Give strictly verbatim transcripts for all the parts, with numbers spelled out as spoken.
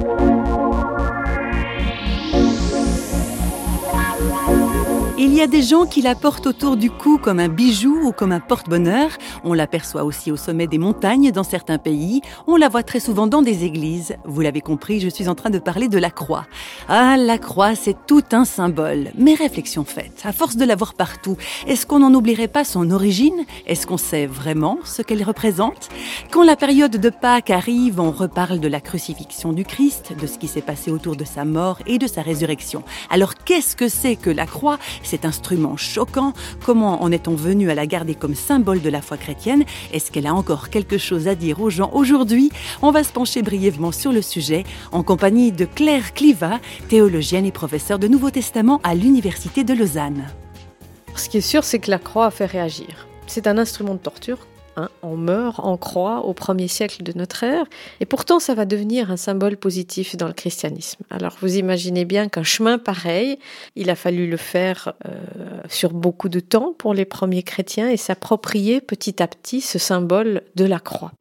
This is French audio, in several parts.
Il y a des gens qui la portent autour du cou comme un bijou ou comme un porte-bonheur. On l'aperçoit aussi au sommet des montagnes dans certains pays. On la voit très souvent dans des églises. Vous l'avez compris, je suis en train de parler de la croix. Ah, la croix, c'est tout un symbole. Mais réflexion faite, à force de la voir partout, est-ce qu'on n'en oublierait pas son origine ? Est-ce qu'on sait vraiment ce qu'elle représente ? Quand la période de Pâques arrive, on reparle de la crucifixion du Christ, de ce qui s'est passé autour de sa mort et de sa résurrection. Alors, qu'est-ce que c'est que la croix ? Cet instrument choquant, comment en est-on venu à la garder comme symbole de la foi chrétienne ? Est-ce qu'elle a encore quelque chose à dire aux gens aujourd'hui ? On va se pencher brièvement sur le sujet en compagnie de Claire Clivat, théologienne et professeure de Nouveau Testament à l'Université de Lausanne. Ce qui est sûr, c'est que la croix a fait réagir. C'est un instrument de torture. Hein, on meurt en croix au premier siècle de notre ère, et pourtant ça va devenir un symbole positif dans le christianisme. Alors vous imaginez bien qu'un chemin pareil, il a fallu le faire euh, sur beaucoup de temps pour les premiers chrétiens et s'approprier petit à petit ce symbole de la croix.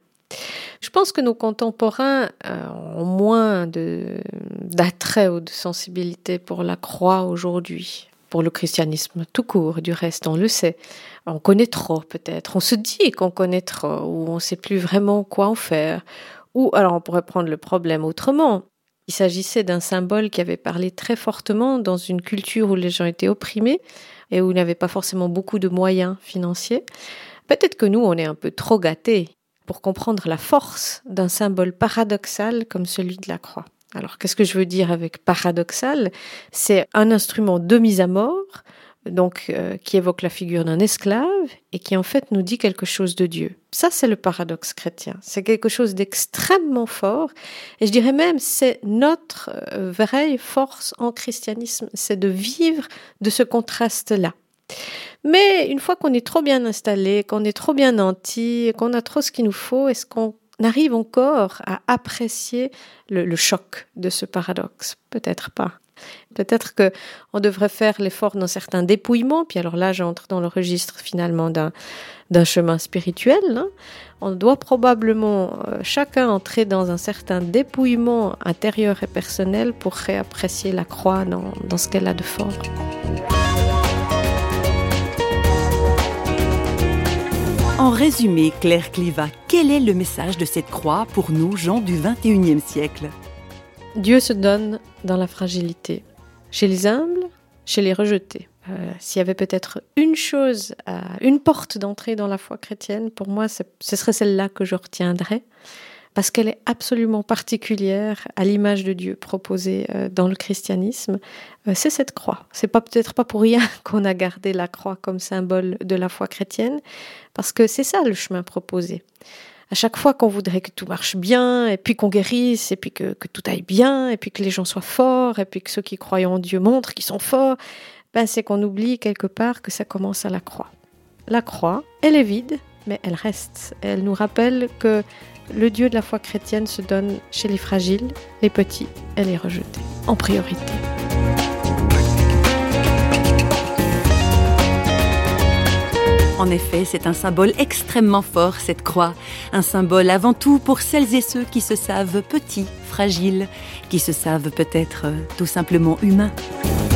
Je pense que nos contemporains euh, ont moins de, d'attrait ou de sensibilité pour la croix aujourd'hui. Pour le christianisme tout court, du reste, on le sait. On connaît trop, peut-être. On se dit qu'on connaît trop, ou on ne sait plus vraiment quoi en faire. Ou, alors, on pourrait prendre le problème autrement. Il s'agissait d'un symbole qui avait parlé très fortement dans une culture où les gens étaient opprimés et où il n'y avait pas forcément beaucoup de moyens financiers. Peut-être que nous, on est un peu trop gâtés pour comprendre la force d'un symbole paradoxal comme celui de la croix. Alors, qu'est-ce que je veux dire avec paradoxal ? C'est un instrument de mise à mort, donc euh, qui évoque la figure d'un esclave et qui en fait nous dit quelque chose de Dieu. Ça, c'est le paradoxe chrétien. C'est quelque chose d'extrêmement fort et je dirais même c'est notre euh, vraie force en christianisme, c'est de vivre de ce contraste-là. Mais une fois qu'on est trop bien installé, qu'on est trop bien nanti, qu'on a trop ce qu'il nous faut, est-ce qu'on On arrive encore à apprécier le, le choc de ce paradoxe ? Peut-être pas. Peut-être qu'on devrait faire l'effort d'un certain dépouillement, puis alors là j'entre dans le registre finalement d'un, d'un chemin spirituel. Hein. On doit probablement euh, chacun entrer dans un certain dépouillement intérieur et personnel pour réapprécier la croix dans, dans ce qu'elle a de fort. En résumé, Claire Clivat, quel est le message de cette croix pour nous, gens du vingt et unième siècle ? Dieu se donne dans la fragilité, chez les humbles, chez les rejetés. Euh, s'il y avait peut-être une chose, euh, une porte d'entrée dans la foi chrétienne, pour moi, ce serait celle-là que je retiendrais, parce qu'elle est absolument particulière à l'image de Dieu proposée euh, dans le christianisme. Euh, c'est cette croix. C'est pas, peut-être pas pour rien qu'on a gardé la croix comme symbole de la foi chrétienne, parce que c'est ça le chemin proposé. À chaque fois qu'on voudrait que tout marche bien, et puis qu'on guérisse, et puis que, que tout aille bien, et puis que les gens soient forts, et puis que ceux qui croient en Dieu montrent qu'ils sont forts, ben c'est qu'on oublie quelque part que ça commence à la croix. La croix, elle est vide, mais elle reste. Elle nous rappelle que le Dieu de la foi chrétienne se donne chez les fragiles, les petits et les rejetés, en priorité. En effet, c'est un symbole extrêmement fort, cette croix. Un symbole avant tout pour celles et ceux qui se savent petits, fragiles, qui se savent peut-être tout simplement humains.